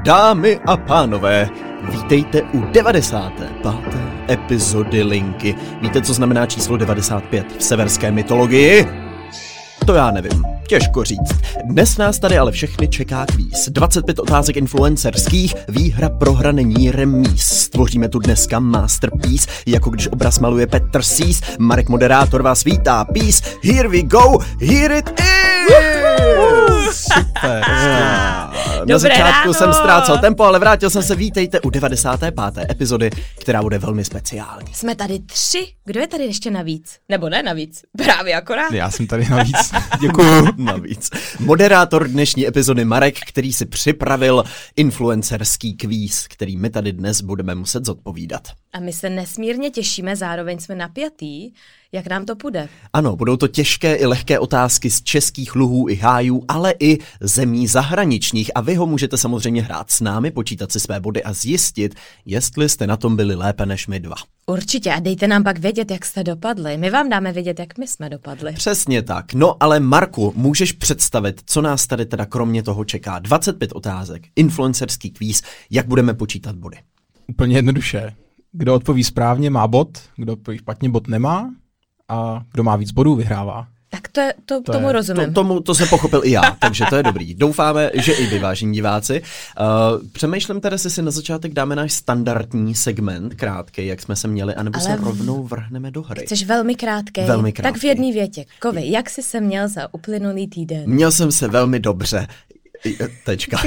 Dámy a pánové, vítejte u 95. epizody Linky. Víte, co znamená číslo 95 v severské mytologii? To já nevím, těžko říct. Dnes nás tady ale všechny čeká kvíz. 25 otázek influencerských, výhra, prohra není remíz. Stvoříme tu dneska masterpiece, jako když obraz maluje Petr Sís. Marek moderátor vás vítá, peace, here we go, here it is! Super. Na začátku jsem ztrácel tempo, ale vrátil jsem se. Vítejte u 95. epizody, která bude velmi speciální. Jsme tady 3. Kdo je tady ještě navíc? Nebo ne navíc? Právě akorát. Já jsem tady navíc. Děkuju. Navíc. Moderátor dnešní epizody Marek, který si připravil influencerský kvíz, který my tady dnes budeme muset zodpovídat. A my se nesmírně těšíme, zároveň jsme napjatý, jak nám to půjde. Ano, budou to těžké i lehké otázky z českých luhů i hájů, ale i zemí zahraničních a vy ho můžete samozřejmě hrát s námi, počítat si své body a zjistit, jestli jste na tom byli lépe než my dva. Určitě a dejte nám pak vědět, jak jste dopadli. My vám dáme vědět, jak my jsme dopadli. Přesně tak. No ale Marku, můžeš představit, co nás tady teda kromě toho čeká? 25 otázek, influencerský kvíz, jak budeme počítat body? Úplně jednoduše. Kdo odpoví správně, má bod, kdo odpoví špatně, bod nemá a kdo má víc bodů, vyhrává. Tak tomu rozumím. To jsem pochopil i já, takže to je dobrý. Doufáme, že i vy, vážení diváci. Přemýšlím teda, jestli si na začátek dáme náš standardní segment, krátkej, jak jsme se měli, anebo se rovnou vrhneme do hry. Chceš velmi krátkej? Velmi krátkej. Tak v jedné větě. Kovy, jak jsi se měl za uplynulý týden? Měl jsem se velmi dobře. Tečka.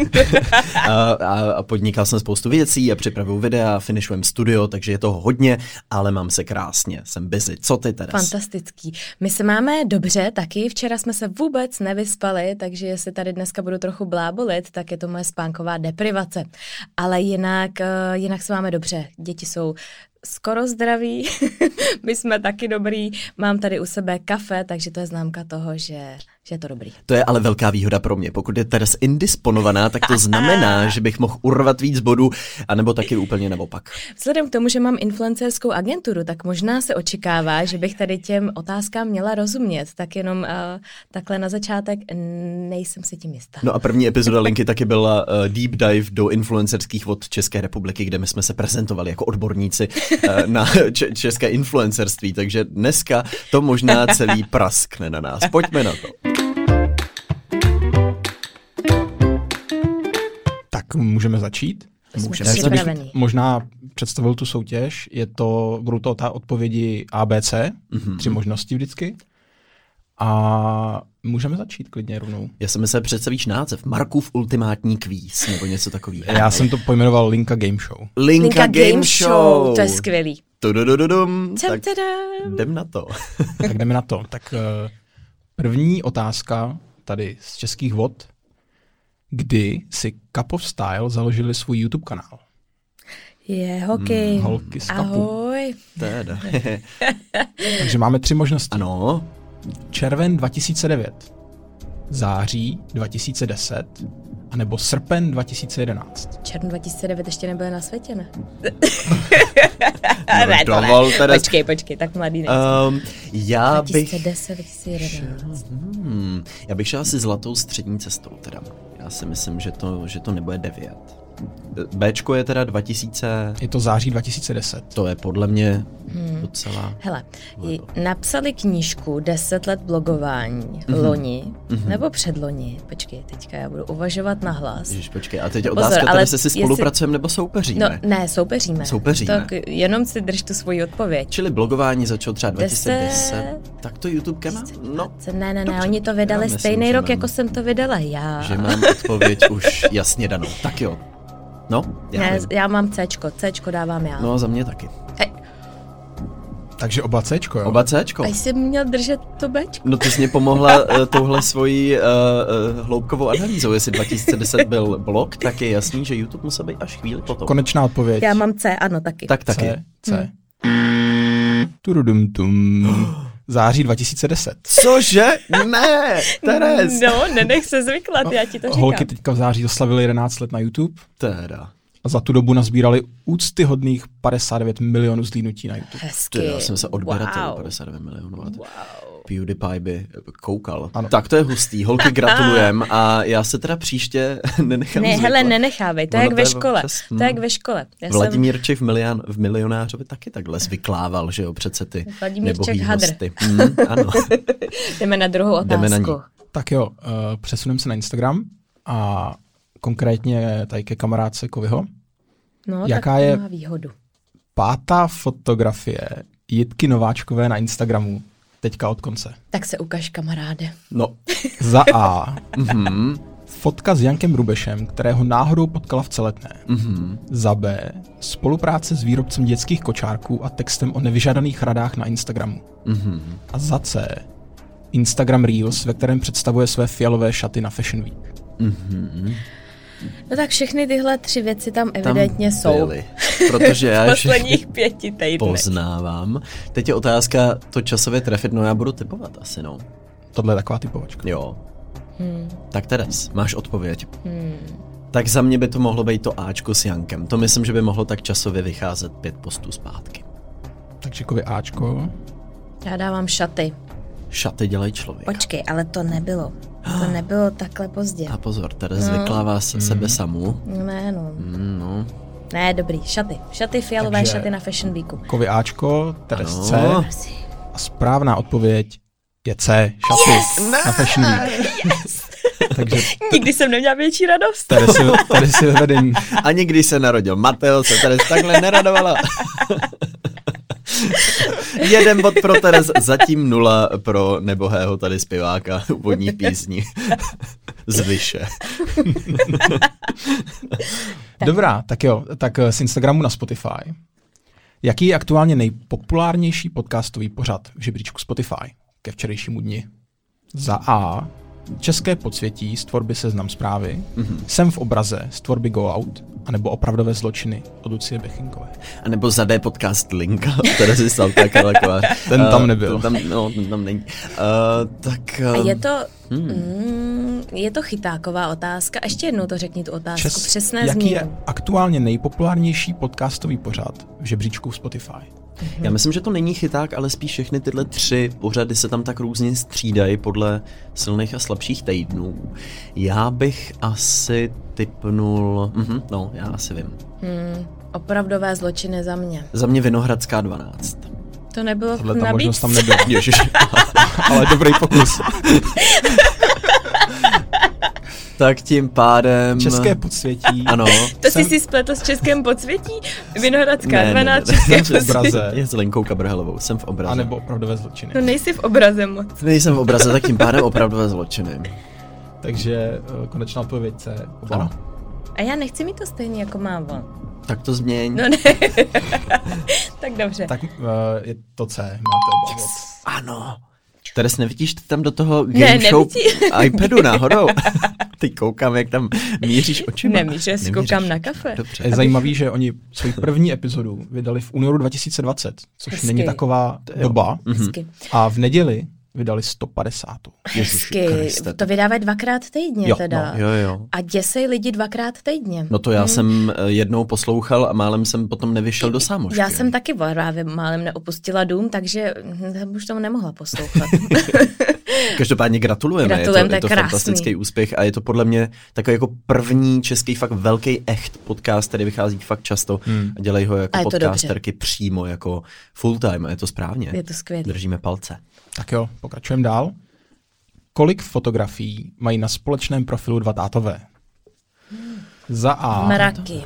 A podnikal jsem spoustu věcí a připravuju videa, finišujem studio, takže je toho hodně, ale mám se krásně, jsem busy. Co ty, Teres? Fantastický. My se máme dobře taky, včera jsme se vůbec nevyspali, takže jestli tady dneska budu trochu blábolit, tak je to moje spánková deprivace. Ale jinak se máme dobře. Děti jsou skoro zdraví, my jsme taky dobrý, mám tady u sebe kafe, takže to je známka toho, že je to dobrý. To je ale velká výhoda pro mě. Pokud je Teres indisponovaná, tak to znamená, že bych mohl urvat víc bodů, anebo taky úplně naopak. Vzhledem k tomu, že mám influencerskou agenturu, tak možná se očekává, že bych tady těm otázkám měla rozumět, tak jenom takhle na začátek nejsem si tím jistá. No a první epizoda Linky taky byla deep dive do influencerských vod České republiky, kde my jsme se prezentovali jako odborníci na české influencerství, takže dneska to možná celý praskne na nás. Pojďme na to. Tak můžeme začít? Můžeme. Připravený. Možná představil tu soutěž, budou to odpovědi ABC, 3 možnosti vždycky. A můžeme začít klidně rovnou. Já jsem myslel, představíš název. Markův ultimátní kvíz, nebo něco takového. Já jsem to pojmenoval Linka Game Show. Linka Game Show. To je skvělý. Tak jdem na to. Tak jdeme na to. Tak první otázka tady z českých vod. Kdy si Cup of Style založili svůj YouTube kanál? Je hokej. Holky z Cupu. Ahoj. Teda. Takže máme 3 možnosti. Ano. Červen 2009, září 2010, anebo srpen 2011. Červen 2009 ještě nebyl na světě, ne? Dovol, teda. Počkej, tak mladý já bych... 2010, 2011. Já bych šel asi zlatou střední cestou, teda. Já si myslím, že to nebude 9. Bčko je teda 2000... Je to září 2010. To je podle mě docela... Hele, napsali knížku 10 let blogování loni, nebo předloni. Počkej, teďka já budu uvažovat nahlas. Ježiš, počkej, a teď je otázka, tady se si spolupracujeme nebo soupeříme? No, ne, soupeříme. Tak jenom si drž tu svoji odpověď. Čili blogování začalo třeba 2010, tak to YouTube kanál? No, ne, oni to vydali stejný rok, jako jsem to vydala já. Že mám odpověď už jasně danou. Tak jo. No, já mám Cčko dávám já. No, za mě taky. Takže oba Cčko, jo? Oba Cčko. A jsi měl držet to Bčko. No ty jsi mě pomohla touhle svojí hloubkovou analýzou. Jestli 2010 byl blog, tak je jasný, že YouTube musel být až chvíli potom. Konečná odpověď. Já mám C, ano, taky. Tak taky. C. Září 2010. Cože? Ne, Teres. No, nenech se zvyklat, já ti to říkám. Holky teďka v září oslavily 11 let na YouTube. Teda. a za tu dobu nazbírali úctyhodných 59 milionů zhlídnutí na YouTube. Hezky. Já jsem se odběratel Wow. 59 milionů. Wow. PewDiePie by koukal. Ano. Tak to je hustý, holky gratulujem a já se teda příště nenechám Ne, hele, nenechávej, to je jak ve škole. To je jak ve škole. Vladimír Čech v Milionářovi taky takhle zvyklával, že jo, přece ty Vladimír nebohý Čech hadr. hosty. Ano. Jdeme na druhou otázku. Jdeme na ní. Tak jo, přesuneme se na Instagram a konkrétně tady ke kamarádce Kovyho. No, Jaká tak to je má výhodu. 5. fotografie Jitky Nováčkové na Instagramu teďka od konce? Tak se ukaž, kamaráde. No. Za A. Fotka s Jankem Rubešem, kterého náhodou potkala v Celetné. Za B. Spolupráce s výrobcem dětských kočárků a textem o nevyžádaných radách na Instagramu. A za C. Instagram Reels, ve kterém představuje své fialové šaty na Fashion Week. No tak všechny tyhle 3 věci tam evidentně jsou. Byly, protože já v posledních 5 týdnech. poznávám. Teď je otázka to časově trefit, no já budu typovat asi, no. Tohle je taková typovačka. Jo. Tak Teres, máš odpověď. Tak za mě by to mohlo být to Ačko s Jankem. To myslím, že by mohlo tak časově vycházet 5 postů zpátky. Takže Kovy Ačko. Já dávám šaty. Šaty dělají člověka. Počkej, ale to nebylo. To nebylo takhle pozdě. A pozor, Teres vyklává sebe samu. Ne, no. No. Ne, dobrý, šaty. Šaty, fialové Takže šaty na Fashion Weeku. Kovy Ačko, Teres C. Ano. A správná odpověď je C. Šaty na Fashion Week. Takže Nikdy jsem neměla větší radost. Teres si ve vedení. Ani když se narodil Mateo, se Teres takhle neradovala. 1 bod pro Teres, zatím 0 pro nebohého tady zpěváka úvodní písní z Vyše. Dobrá, tak jo, tak z Instagramu na Spotify. Jaký je aktuálně nejpopulárnější podcastový pořad v žebříčku Spotify ke včerejšímu dni? Za A. České podsvětí z tvorby Seznam Zprávy, Jsem v obraze z tvorby Go Out, anebo Opravdové zločiny od Lucie Bechinkové. A nebo za D podcast Linka, Terezy Saltáka taková. Ten tam nebyl. Ten tam není. Tak... A je to chytáková otázka. Ještě jednou to řekni tu otázku. Přesné Jaký změny. je aktuálně nejpopulárnější podcastový pořad v žebříčku Spotify? Já myslím, že to není chyták, ale spíš všechny tyhle 3 pořady se tam tak různě střídají podle silných a slabších týdnů. Já bych asi tipnul... já asi vím. Opravdové zločiny za mě. Za mě Vinohradská 12. To nebylo Tahle v ta možnost nabídce. tam nebyla. Ježiš. Ale dobrý pokus. Tak tím pádem... České podsvětí. Ano. To jsi si spletl s Českém podsvětí? Vinohradská 12, Jsem České v podsvětí. obraze. Je s Lenkou Kabrhelovou, jsem v obraze. A nebo Opravdové zločiny. No nejsi v obraze moc. Nejsem v obraze, tak tím pádem opravdové zločiny. Takže konečná odpověď C. Ano. A já nechci mít to stejně jako má on. Tak to změň. No ne. Tak dobře. Tak je to C. Máte oba bod. Ano. Teres, nevidíš ty tam do toho Ne, game show nevidím. iPadu náhodou? Ty koukám, jak tam míříš očima. Nemířeš, koukám na kafe. Dobře. Je zajímavý, že oni svou první epizodu vydali v únoru 2020, což Hezky. není taková doba. Hezky. A v neděli vydali 150. Ježiši Kriste. To vydávají 2x týdně Jo, teda. Jo. A děsej lidi 2x týdně. No to já jsem jednou poslouchal a málem jsem potom nevyšel do sámošky. Já jsem taky právě málem neopustila dům, takže už tomu nemohla poslouchat. Každopádně gratulujeme, Gratulujeme, je to krásný. fantastický úspěch a je to podle mě takový jako první český fakt velký echt podcast, který vychází fakt často a dělají ho jako A je to podcasterky přímo jako full time a je to správně. Je to skvělé. Držíme palce. Tak jo, pokračujeme dál. Kolik fotografií mají na společném profilu 2 tátové? Za A. Mraky.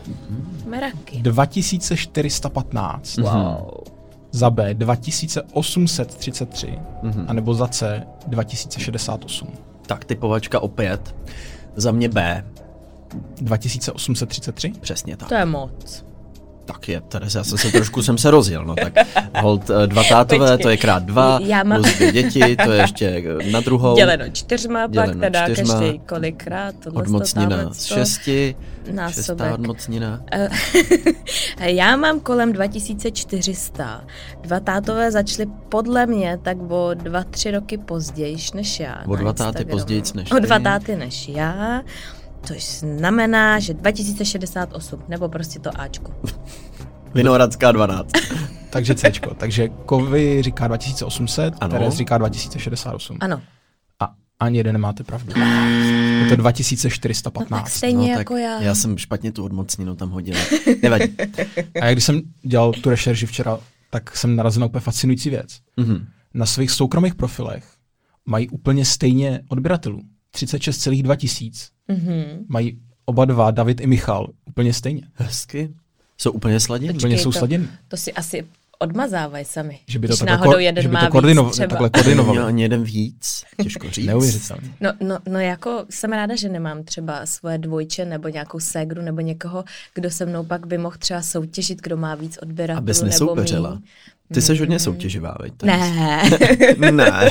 2415. Wow. Za B 2833. A nebo za C 2068. Tak typovačka opět. Za mě B. 2833? Přesně tak. To je moc. Tak je, Teres, já jsem se rozjel, no tak hold 2 tátové, Počkej. to je krát 2, Já mám- plus 2 děti, to je ještě na druhou. Děleno 4, pak Děleno teda 4, každý kolikrát. odmocnina z 6, násobek. 6. odmocnina. Já mám kolem 2400. 2 tátové začaly podle mě tak o 2-3 roky později než já. O na 2 táty Instagramu. později než O 2 ty. táty než já. Což znamená, že 2068, nebo prostě to Ačko. Vinohradská 12. Takže Cčko. Takže Kovy říká 2800, Ano. Teres říká 2068. Ano. A ani jeden nemáte pravdu. Je to 2415. No tak stejně tak jako já. Já jsem špatně tu odmocninu tam hodil. Nevadí. A když jsem dělal tu rešerži včera, tak jsem narazil na úplně fascinující věc. Mhm. Na svých soukromých profilech mají úplně stejně odběratelů. 36,2 tisíc. Mají oba dva, David i Michal, úplně stejně. Hezky. Jsou úplně sladění. Úplně jsou sladěni. To si asi odmazávají sami. Že by to Když takhle, náhodou jeden že by má to víc třeba. takhle Měl koordinovali. ani jeden víc. Těžko říct. Neuvěřitelné. No jako jsem ráda, že nemám třeba svoje dvojče nebo nějakou ségru nebo někoho, kdo se mnou pak by mohl třeba soutěžit, kdo má víc odběratelů Abys nebo nesoupeřila. míň. Ty seš hodně soutěživá, veď? Ne. Ne.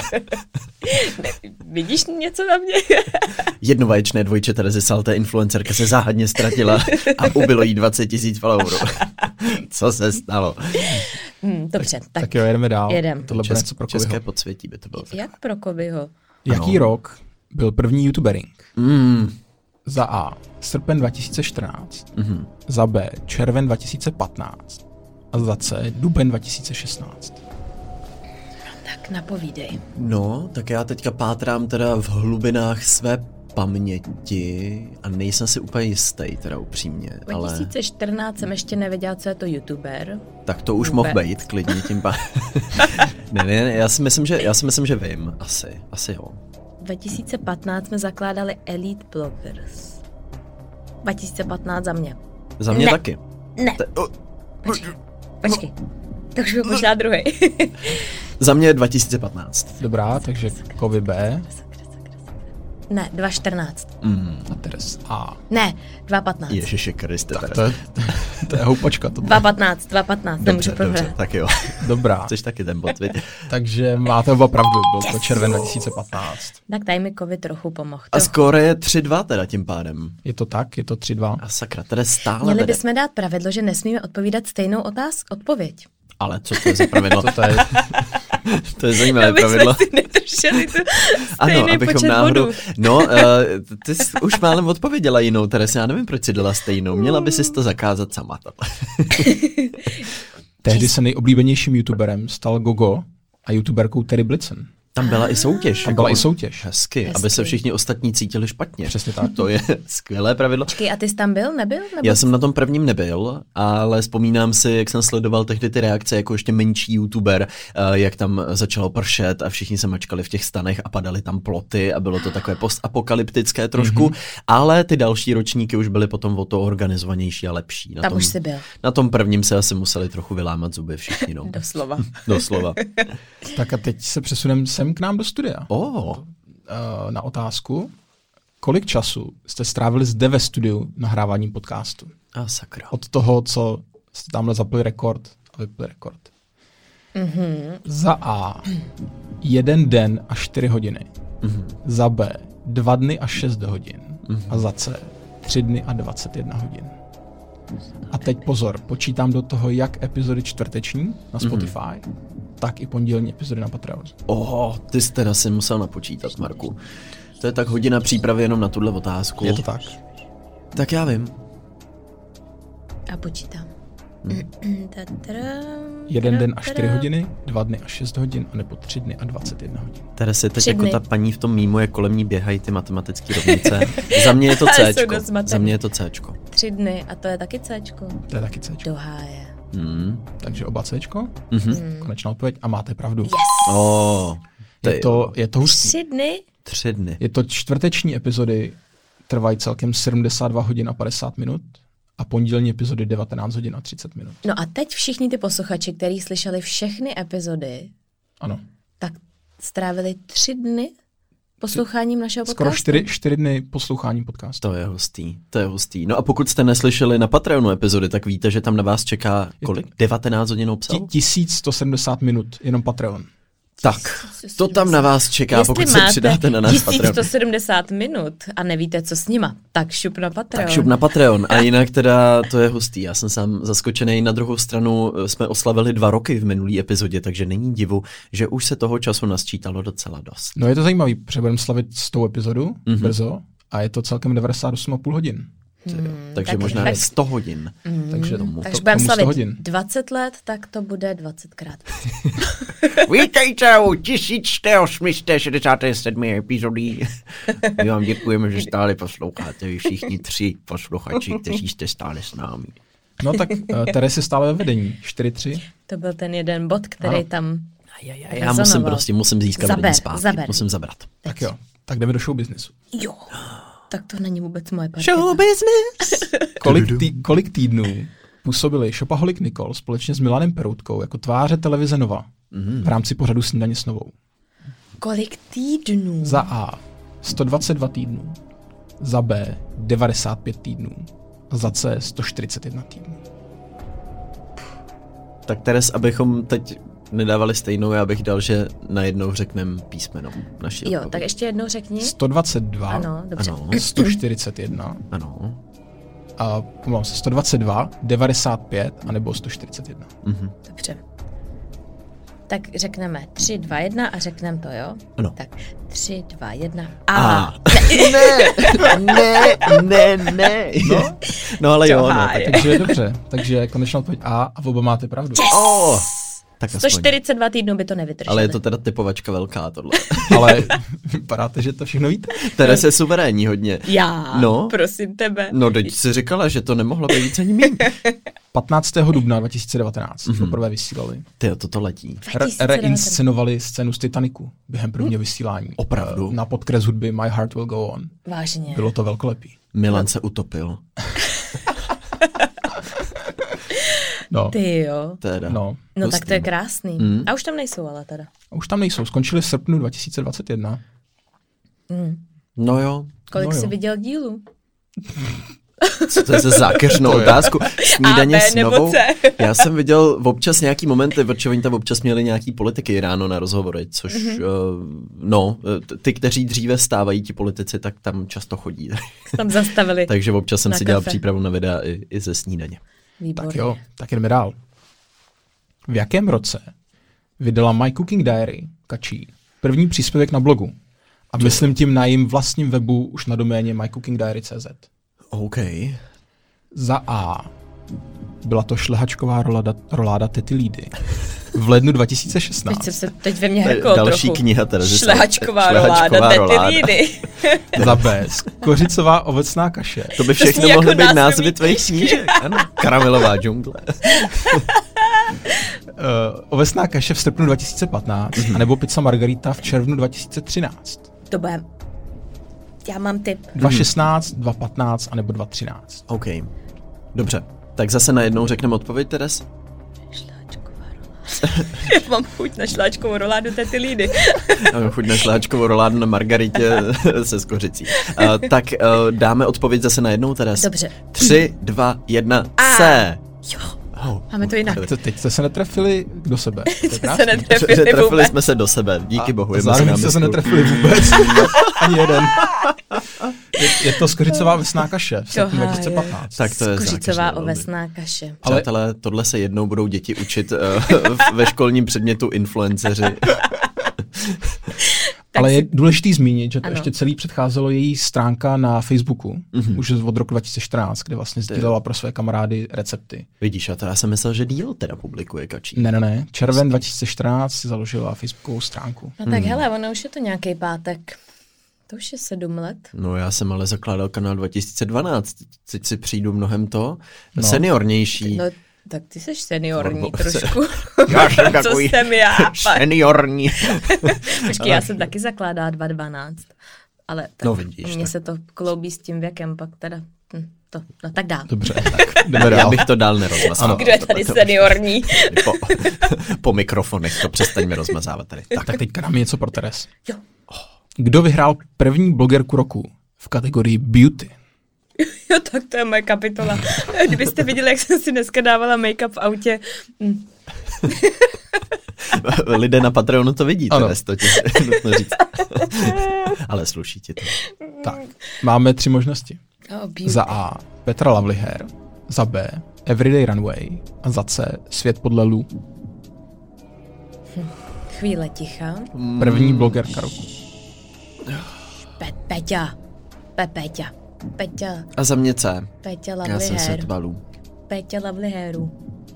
Vidíš něco na mě? Jednovaječné dvojče Terezy Salté influencerka se záhadně ztratila a ubylo jí 20 000 followerů. Co se stalo? Dobře, Tak jo, jedeme dál. Jedem. Tohle bude něco pro České Kovyho. podsvětí by to bylo. Jak pro Kovyho? Jaký rok byl první youtubering? Mm. Za A. Srpen 2014. Za B. Červen 2015. A za C. Duben 2016. Tak napovídej. No, tak já teďka pátrám teda v hlubinách své paměti a nejsem si úplně jistý, teda upřímně, ale 2014 jsem ještě nevěděla, co je to youtuber. tak to už Vůbec. mohl být klidně tím ne, já si myslím, že vím, asi jo. 2015 jsme zakládali Elite Bloggers. 2015 za mě. Za mě Ne. taky. Ne, počkej. To už byl možná druhý. Za mě 2015. Dobrá, takže Kovy B Ne, 2014. a Teres A. Ne, 2015. Ježiši Kriste. To je houpačka. To 2015, nemůžu prohrát. tak jo. Dobrá, Chceš taky ten bod, viď? takže máte oba pravdu, byl to červen 2015. Tak tady mi Kovy trochu pomohl. A skóre je 3-2 teda tím pádem. Je to tak, je to 3-2. A sakra, teda stále Měli vede. bychom dát pravidlo, že nesmíme odpovídat stejnou odpověď. Ale co to je za pravidlo? To je, To je zajímavé Aby jsme pravidlo. si nedrželi tu Ano, stejný abychom počet náhodou... bodů. No, ty jsi už málem odpověděla jinou, Teres, já nevím, proč jsi dala stejnou. Měla by si to zakázat sama. tehdy se nejoblíbenějším youtuberem stal Gogo a youtuberkou Terry Blitzen. Tam byla i soutěž. Tam byla i soutěž. Hezky, aby se všichni ostatní cítili špatně. Přesně tak. To je skvělé pravidlo. Počkej, a ty jsi tam byl? Nebyl? Nebo... Já jsem na tom prvním nebyl, ale vzpomínám si, jak jsem sledoval tehdy ty reakce jako ještě menší youtuber, jak tam začalo pršet a všichni se mačkali v těch stanech a padaly tam ploty a bylo to takové postapokalyptické trošku, ale ty další ročníky už byly potom o to organizovanější a lepší. Tam už jsi byl. Na tom prvním se asi museli trochu vylámat zuby všichni. No. Doslova. Doslova. Tak a teď se přesuneme sem k nám do studia. Na otázku, kolik času jste strávili zde ve studiu nahráváním podcastu? A sakra. Od toho, co jste tamhle zapli rekord a vypli rekord. Za A 1 den a 4 hodiny. Za B 2 dny a 6 hodin. A za C 3 dny a 21 hodin. A teď pozor, počítám do toho jak epizody čtvrteční na Spotify, tak i pondělní epizody na Patreon. Ty jsi teda si musel napočítat, Marku. To je tak hodina přípravy jenom na tuhle otázku. Je to tak? Tak já vím. A počítám. 1 den a 4 hodiny, 2 dny a 6 hodin, anebo 3 dny a 21 hodin. Teda si teď 3 jako dny. ta paní v tom mýmu, jak kolem ní běhají ty matematické rovnice. Za mě je to Ale jsou Cčko. dost zmatený. Za mě je to Cčko. 3 dny a to je taky Cčko. To je taky Cčko. Do háje. Takže oba Cčko, konečná odpověď a máte pravdu. Je to hustý. 3 dny? 3 dny. Je to čtvrteční epizody, trvají celkem 72 hodin a 50 minut a pondělní epizody 19 hodin a 30 minut. No a teď všichni ty posluchači, kteří slyšeli všechny epizody, Ano. tak strávili 3 dny posloucháním našeho Skoro podcastu. 4 dny posloucháním podcastu. To je hustý. No a pokud jste neslyšeli na Patreonu epizody, tak víte, že tam na vás čeká kolik? 19 hodin obsahu? 1170 minut, jenom Patreon. Tak, to tam na vás čeká, Jestli pokud se máte přidáte na náš Patreon. 1170 minut a nevíte, co s nima, tak šup na Patreon. Tak šup na Patreon. A jinak teda to je hustý. Já jsem sám zaskočený. Na druhou stranu jsme oslavili 2 roky v minulý epizodě, takže není divu, že už se toho času nasčítalo docela dost. No je to zajímavý, protože budeme slavit 100 epizodu brzo a je to celkem 98,5 hodin. Takže možná 100 hodin. Takže takže budeme slavit 20 let, tak to bude 20krát. Vítejte u 1867. epizody. My vám děkujeme, že stále posloucháte. Vy všichni 3 posluchači, kteří jste stále s námi. No tak Teres je stále ve vedení. 4-3. To byl ten jeden bod, který tam Já musím získat vedení zpátky. Musím zabrat. Tak jo, tak jdeme do show businessu. Jo, tak to není vůbec moje parketa. Show business! Kolik týdnů působili Shopaholic Nicole společně s Milanem Peroutkou jako tváře televize Nova v rámci pořadu Snídaně s Novou? Kolik týdnů? Za A 122 týdnů, za B 95 týdnů a za C 141 týdnů. Tak Teres, abychom teď nedávali stejnou, já bych dal, že najednou řekneme písmeno naší odpovědi. Tak ještě jednou řekni. 122, ano, dobře. Ano, 141, ano. A pomluvám se, 122, 95 anebo 141. Dobře. Tak řekneme 3, 2, 1 a řekneme to, jo? Ano. Tak 3, 2, 1 a. Ne. No ale jo, no. Takže je dobře. Takže konečná odpověď A a oba máte pravdu. Yes! Tak 142 týdnů by to nevydrželi. Ale je to teda typovačka velká tohle. Ale vypadáte, že to všechno víte. Teres je suverénní hodně. Já, prosím tebe. No, teď jsi říkala, že to nemohlo být víc ani míň. 15. dubna 2019 poprvé vysílali. Tyjo, toto letí. Reinscenovali scénu z Titaniku během prvního vysílání. Opravdu? Na podkres hudby My Heart Will Go On. Vážně. Bylo to velkolepý. Milan se utopil. No. Ty jo. Teda. No tak to je krásný. A už tam nejsou ale teda. A už tam nejsou. Skončili v srpnu 2021. No jo. Kolik jsi viděl dílů? Co to je za zákeřnou otázku? Snídaně s Novou. Já jsem viděl občas nějaký momenty, protože oni tam občas měli nějaký politiky ráno na rozhovory, což ty, kteří dříve stávají ti politici, tak tam často chodí. Tam zastavili. Takže občas jsem si dělal přípravu na videa i ze snídaně. Výborně. Tak jo, tak jdeme dál. V jakém roce vydala My Cooking Diary, Kačí, první příspěvek na blogu? A myslím tím na jejím vlastním webu už na doméně mycookingdiary.cz. OK. Za A byla to šlehačková roláda Tety Lídy v lednu 2016. Teď ve mně hrklo další trochu. Kniha teda. Šlehačková roláda Tety Lídy. Za B kořicová ovocná kaše. To by všechno mohly být názvy tvojich knížek. Ano. Karamelová džungle. Ovesná kaše v srpnu 2015 anebo pizza margarita v červnu 2013. To bude. Já mám tip. 2016, 2015 anebo 2013. OK. Dobře. Tak zase najednou řekneme odpověď, Teres? Šláčková roláda. Mám chuť na šláčkovou roládu Tety Lídy. Mám chuť na šláčkovou roládu na margaritě se skořicí. Tak dáme odpověď zase najednou, Teres? Dobře. 3, 2, 1, C. Jo. Máme to jinak. Teď jste se netrefili do sebe. se netrefili jsme se do sebe, díky bohu. Zároveň jste se netrefili vůbec. Ani jeden. Je to skořicová ovesná kaše v srpnu 2015. Tak to je skořicová ovesná kaše. Přátelé, tohle se jednou budou děti učit ve školním předmětu influenceři. Ale je důležitý zmínit, že to ještě celý předcházelo její stránka na Facebooku, už od roku 2014, kde vlastně sdílela pro své kamarády recepty. Vidíš, a já jsem myslel, že díl teda publikuje Kačí. Ne. Červen 2014 si založila Facebookovou stránku. No tak hele, ono už je to nějaký pátek. To už je 7 let. No já jsem ale zakládal kanál 2012. Teď si přijdu mnohem seniornější. No, tak ty jsi seniorní trošku. Já jsem takový seniorní. Počkej, já jsem taky zakládala 2012. Ale tak no vidíš, mně se to kloubí s tím věkem, pak teda no tak dál. Dobře, tak jdeme dál. Já bych to dál nerozmazal. Kdo je tady seniorní? Po mikrofonech to přestaňme rozmazávat tady. Tak teďka dáme něco pro Teres. Jo. Kdo vyhrál první blogerku roku v kategorii Beauty? Jo, tak to je moje kapitola. Kdybyste viděli, jak jsem si dneska dávala make-up v autě. Lidé na Patreonu to vidí, Teres, to ti nutno říct. Ale sluší ti to. Tak, máme 3 možnosti. Za A Petra Lovelyhair, za B Everyday Runway a za C Svět podle Lu. Chvíle ticha. První blogerka roku. Peťa. To je Péťa. A za mě C. Péťa Já Lovely jsem se Hair. tvalů. Péťa Lovely Hairu.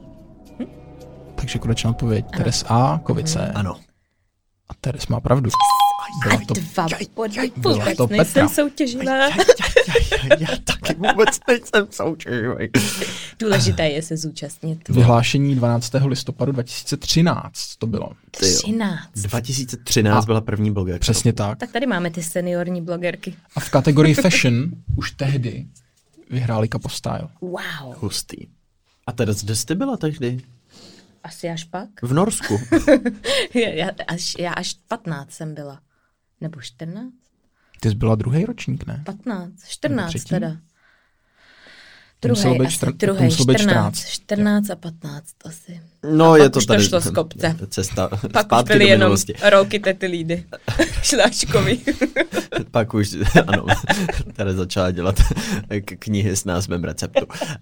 Takže konečná odpověď. Teres A, Kovy C. Ano. A Teres má pravdu. Byla to, Vůbec to nejsem Petra. soutěživá. Já taky vůbec nejsem soutěživý. Důležité je se zúčastnit. vyhlášení 12. listopadu 2013 to bylo. 13. 2013 byla první blogerka. Přesně tak. Tak tady máme ty seniorní blogerky. A v kategorii fashion už tehdy vyhráli Cup of Style. Wow. Hustý. A teda kde jste byla tehdy? Asi až pak. V Norsku. Já až 15 jsem byla. Nebo 14? Ty jsi byla druhý ročník, ne? 15, 14 třetí? teda. To muselo Druhý, být asi druhý, to muselo být 14 a 15 asi. No, a je pak to už tady to šlo z kopce. Cesta Pak už zpátky byly do jenom minulosti. rolky tety lídy. Šláčkovi. Pak už, ano, tady začala dělat knihy s názvem receptu.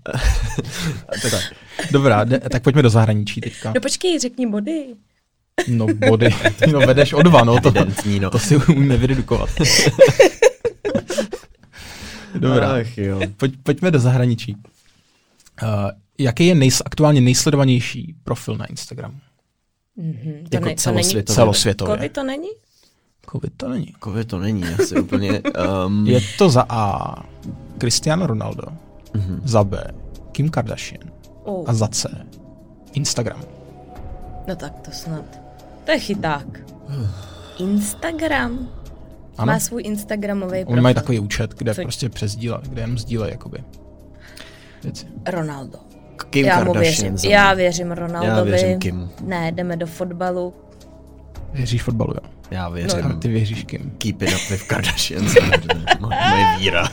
Dobrá, tak pojďme do zahraničí teďka. No počkej, řekni body. No body, no vedeš o 2, no to, Evidentní, no. to si umíme vydedukovat. Dobrá, Ach, jo. pojďme do zahraničí. Jaký je aktuálně nejsledovanější profil na Instagramu? Jako celosvětově. Celosvětově. Covid to není? Covid to není. Covid to není, asi úplně... Je to za A Cristiano Ronaldo, za B Kim Kardashian a za C Instagram. No tak to snad. To je chyták. Instagram. Ano. Má svůj instagramový profil. Oni mají takový účet, kde Co? prostě kde jenom sdílejí jakoby věci. Ronaldo. Kim Já mu Kardashian věřím. za mě. Já věřím Ronaldovi. Já věřím Kim. Ne, jdeme do fotbalu. Věříš fotbalu, jo? Já věřím. A ty věříš Kim. Keep it up with Kardashian. samozřejmě. Moje víra.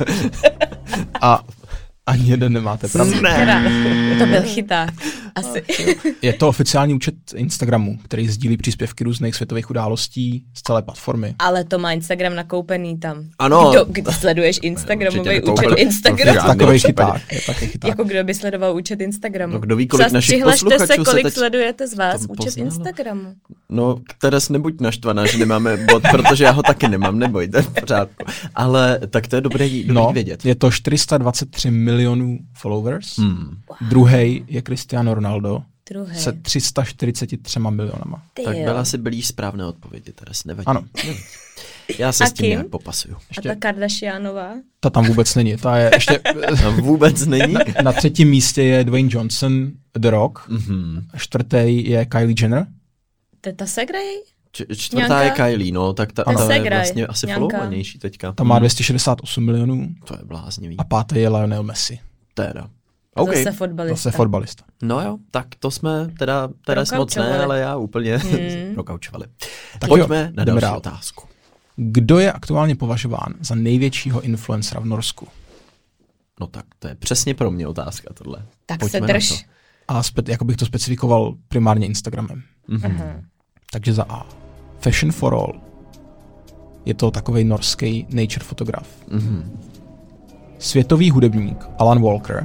A ani jeden nemáte pravdu. Teda, to byl chyták. Asi. Je to oficiální účet Instagramu, který sdílí příspěvky různých světových událostí z celé platformy. Ale to má Instagram nakoupený tam. Ano. Kdo sleduješ Instagramový Určitě účet nekoupil. Instagramu? Já Takový případě. chyták. Je taky chyták. Jako kdo by sledoval účet Instagramu? No, kdo ví, kolik našich přihlašte posluchačů se, se kolik teď sledujete z vás to účet poznalo. Instagramu. No, Teres, nebuď naštvaná, že nemáme bod, protože já ho taky nemám, nebojte, v pořádku. Ale tak to je dobré vědět. Je to 423 milionů followers. Druhý je Cristiano Ronaldo Druhý. se 343 milionama. Ty Tak jo. byla si blíž správné odpovědi, Teres, nevadí. Ano. Já se A s tím Kim? nějak popasuju. A ta Kardashianová? Ta tam vůbec není. Ta je ještě Tam vůbec není. na třetím místě je Dwayne Johnson, The Rock. Čtvrtý je Kylie Jenner. To je ta segra jej? Čtvrtá je Nějaká? Kylie, no, tak ta je Segraj. vlastně asi Nějaká. followovanější teďka. Ta má 268 milionů. To je bláznivý. A pátý je Lionel Messi. Teda. OK. Zase fotbalista. Zase fotbalista. No jo, tak to jsme teda moc ne, Prokaučovali. ale já úplně prokaučovali. Tak Pojďme jo, na jdeme další dál. otázku. Kdo je aktuálně považován za největšího influencera v Norsku? No tak to je přesně pro mě otázka tohle. Tak Pojďme se na drž. to. A jako bych to specifikoval primárně Instagramem. Takže za A. Fashion for All. Je to takovej norský nature fotograf. Světový hudebník Alan Walker.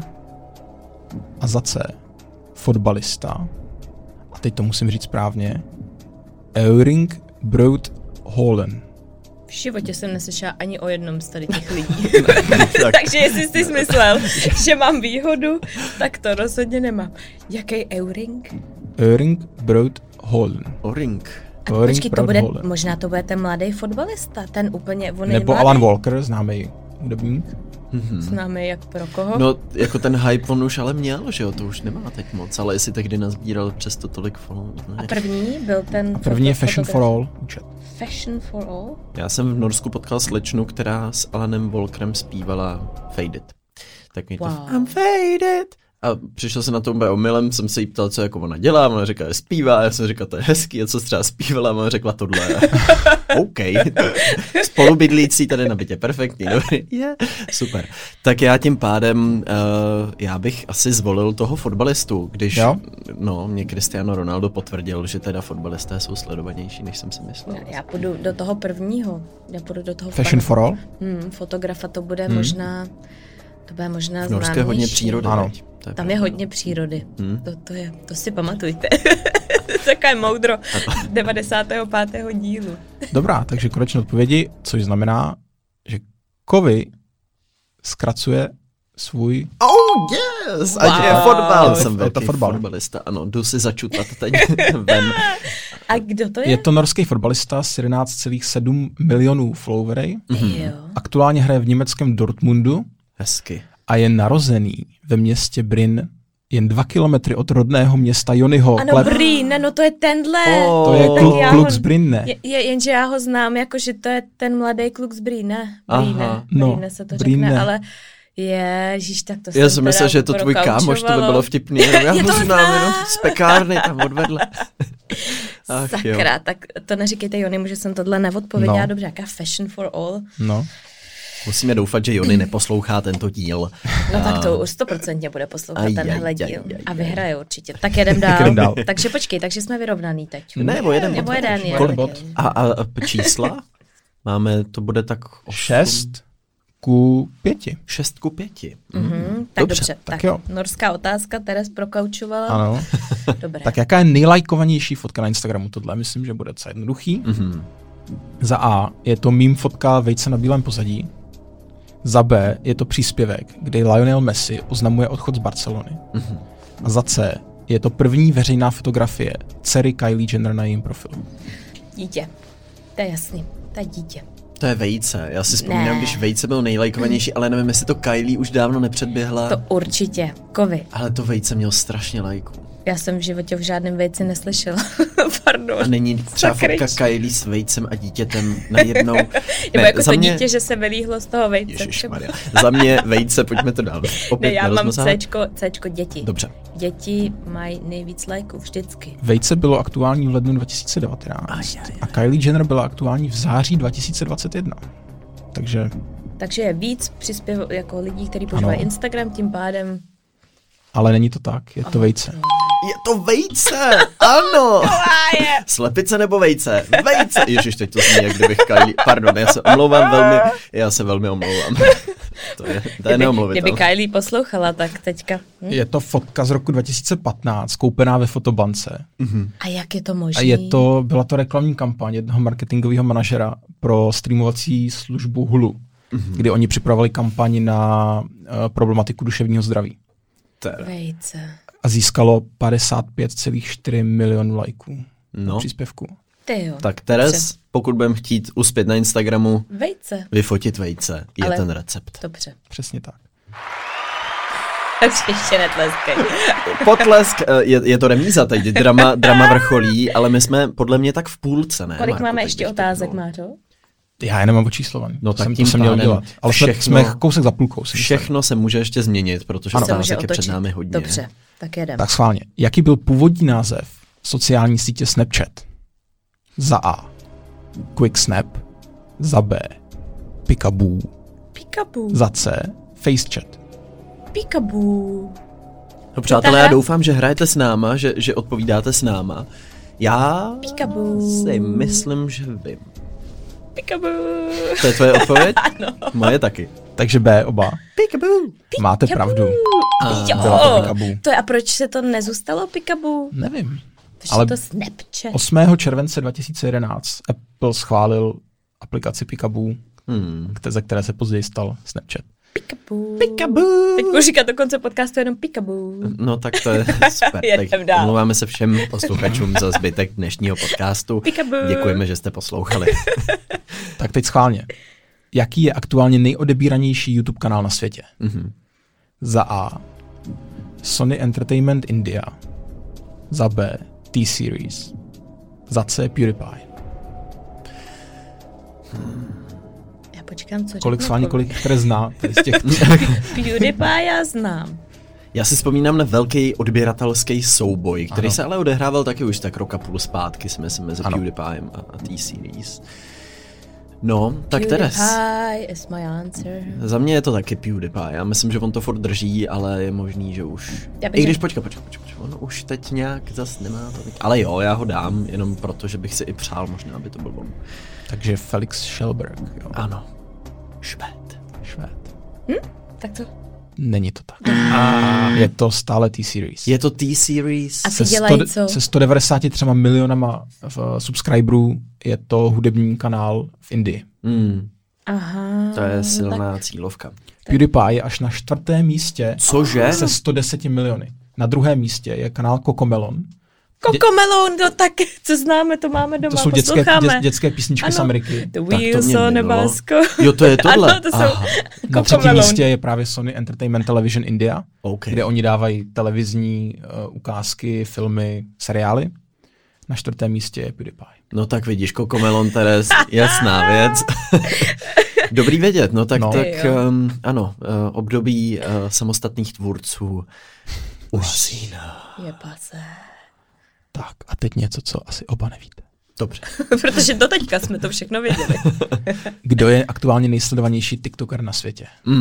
A za C. Fotbalista. A teď to musím říct správně. Euring Braut Haaland. V životě jsem neslyšela ani o jednom z tady těch lidí. Tak. Takže jestli jsi myslel, že mám výhodu, tak to rozhodně nemám. Jaký Euring? Euring Braut Haaland. O-ring. Euring Počkej, to Braut bude, Haaland. možná to bude ten mladý fotbalista, ten úplně, on je Nebo mladý. Alan Walker, známý hudebník. Známe jak pro koho. No, jako ten hype on už ale měl, že jo, to už nemá teď moc, ale jestli tehdy nazbíral přesto tolik followers, A ne? první byl ten A první je Fashion fotograf. for All účet. Fashion for All? Já jsem v Norsku potkal slečnu, která s Alanem Walkerem zpívala Faded. Tak mi to... Wow. I'm faded. A přišel jsem na to úplně omylem, jsem se jí ptal, co jako ona dělá, ona říkala, že zpívá, já jsem říkal, to je hezký, a co třeba zpívala, a ona řekla tohle. OK, spolubydlící tady na bytě, perfektní, dobrý, super. Tak já tím pádem, já bych asi zvolil toho fotbalistu, když, Jo? no, mě Cristiano Ronaldo potvrdil, že teda fotbalisté jsou sledovanější, než jsem si myslel. Já půjdu do toho prvního. Já půjdu do toho Fashion for All? fotografa to bude možná, to bude možná V Norsku je hodně známější. přírody, Ano. veď? To je Tam pravda. je hodně přírody. To si pamatujte. Také moudro 95. dílu. Dobrá, takže konečné odpovědi, což znamená, že Kovy zkracuje svůj... Oh yes! Ať je fotbal. Jsem je to velký fotbal. fotbalista, ano, jdu si začutat teď ven. A kdo to je? Je to norský fotbalista s 11,7 milionů followery. Jo. Aktuálně hraje v německém Dortmundu Hezky. a je narozený ve městě Brünn, jen 2 kilometry od rodného města Jonyho. Ano, Brýn, no to je tenhle. To je Tak kluk z Brünne. Jenže já ho znám, jako že to je ten mladý kluk z Brýne. Aha. Brýne se to Brýne. řekne, ale ježiš, tak to Já jsem jsem myslel, teda že je to tvůj kámoš, to by bylo vtipný. Já ho znám jenom z pekárny tam odvedle. Ach, Sakra, jo. tak to neříkejte Jonimu, že jsem tohle neodpověděla. No. Dobře, jaká fashion for all. No. Musíme doufat, že Jony neposlouchá tento díl. No tak to už 100% bude poslouchat tenhle díl. A vyhraje určitě. Tak jedem Tak jedem dál. dál. Takže počkej, takže jsme vyrovnaný teď. Nebo jeden Nebo jeden, Kolik bod? A čísla? Máme, to bude tak 6 ku 5. 6 ku 5. Tak dobře. tak jo. Norská otázka, Teres prokaučovala. Ano. Dobré. Tak jaká je nejlajkovanější fotka na Instagramu? Tohle myslím, že bude docela jednoduchý. Za A je to meme fotka vejce na bílém pozadí. Za B je to příspěvek, kde Lionel Messi oznamuje odchod z Barcelony. A za C je to první veřejná fotografie dcery Kylie Jenner na jejím profilu. Dítě. To je jasný. To je dítě. To je vejce. Já si vzpomínám, Ne. když vejce byl nejlajkovanější, ale nevím, jestli to Kylie už dávno nepředběhla. To určitě. Kovy. Ale to vejce měl strašně lajků. Já jsem v životě v žádném vejci neslyšela. Pardon. A není třeba Sakryč. fotka Kylie s vejcem a dítětem najednou. Nebo jako to dítě, že se vylíhlo z toho vejce. Ježišmarja. Za mě vejce, pojďme to dál. Opět Ne, já mám nerozmazat. Cčko děti. Dobře. Děti mají nejvíc lajků vždycky. Vejce bylo aktuální v lednu 2019 a Kylie Jenner byla aktuální v září 2021. Takže je víc jako lidí, kteří používají Instagram, tím pádem... ale není to tak, je to vejce. Je to vejce, ano. Slepice nebo vejce? Vejce. Ježiš, teď to zní, jak kdybych Kylie... Pardon, já se velmi omlouvám. To je neomluvitelné. Kdyby Kylie poslouchala, tak teďka... Je to fotka z roku 2015, koupená ve fotobance. A jak je to možné? A byla to reklamní kampaň jednoho marketingového manažera pro streamovací službu Hulu, kdy oni připravovali kampaň na problematiku duševního zdraví. Vejce. A získalo 55,4 milionů lajků na příspěvku. Ty jo. Tak Teres, pokud budeme chtít uspět na Instagramu, Vejce. vyfotit vejce, je Ale ten recept. Dobře. Přesně tak. Ještě netleskej. Potlesk, je to remíza teď, drama vrcholí, ale my jsme podle mě tak v půlce, ne? Kolik Marku, máme teď ještě bych otázek, typnul. Mářo? Já je nemám očíslovaný. No tak to tím jsem měl pádem dělat. Ale jsme kousek za půlkou. Všechno se může ještě změnit, protože otázek je před námi hodně. Dobře, tak jedem. Tak schválně. Jaký byl původní název sociální sítě Snapchat? Za A. Quick Snap. Za B. Peekaboo. Peekaboo. Za C. FaceChat. Peekaboo. No přátelé, já doufám, že hrajete s náma, že odpovídáte s náma. Já Peekaboo. si myslím, že vím. Peekaboo. To je tvoje odpověď? Ano. Moje taky. Takže B oba. Peekaboo. Máte pravdu. Byla to Peekaboo. To je, a proč se to nezůstalo Peekaboo? Nevím. Protože Ale to Snapchat. 8. července 2011 Apple schválil aplikaci Peekaboo, ze které se později stal Snapchat. Peekaboo. Peekaboo. Teď budu říkat do konce podcastu jenom Peekaboo. No tak to je super. Jedem dál. Omlouváme se všem posluchačům za zbytek dnešního podcastu. Peekaboo. Děkujeme, že jste poslouchali. Tak teď schválně. Jaký je aktuálně nejodebíranější YouTube kanál na světě? Za A. Sony Entertainment India. Za B. T-Series. Za C. PewDiePie. Já počkám, co Kolik schválně, kolik které zná z těch PewDiePie já znám. Já si vzpomínám na velký odběratelský souboj, který se ale odehrával taky už tak roka půl zpátky, si myslím, mezi PewDiePiem a T-Series. No, tak Teres. PewDiePie is my answer. Za mě je to taky PewDiePie. Já myslím, že on to furt drží, ale je možný, že už... I když počkej. On už teď nějak zas nemá to. Ale jo, já ho dám, jenom proto, že bych si i přál možná, aby to byl on. Takže Felix Schellberg. Jo. Ano. Švéd. Tak to... Není to tak. Je to stále T-Series. Je to T-Series. A ty dělají co? Se 193 milionama subscriberů je to hudební kanál v Indii. Aha. To je silná cílovka. PewDiePie je až na 4. místě. Cože? Se 110 miliony. Na 2. místě je kanál Cocomelon. Cocomelon, no tak, co známe, to máme doma, To jsou dětské písničky z Ameriky. The Wheels on a Basco. Jo, to je tohle. Ano, to jsou Na 3. místě je právě Sony Entertainment Television India, kde oni dávají televizní ukázky, filmy, seriály. Na 4. místě je PewDiePie. No tak vidíš, Cocomelon, Teres, jasná věc. Dobrý vědět, no tak ano, období samostatných tvůrců usíná. Je pasé. Tak a teď něco, co asi oba nevíte. Dobře. Protože doteďka jsme to všechno věděli. Kdo je aktuálně nejsledovanější TikToker na světě?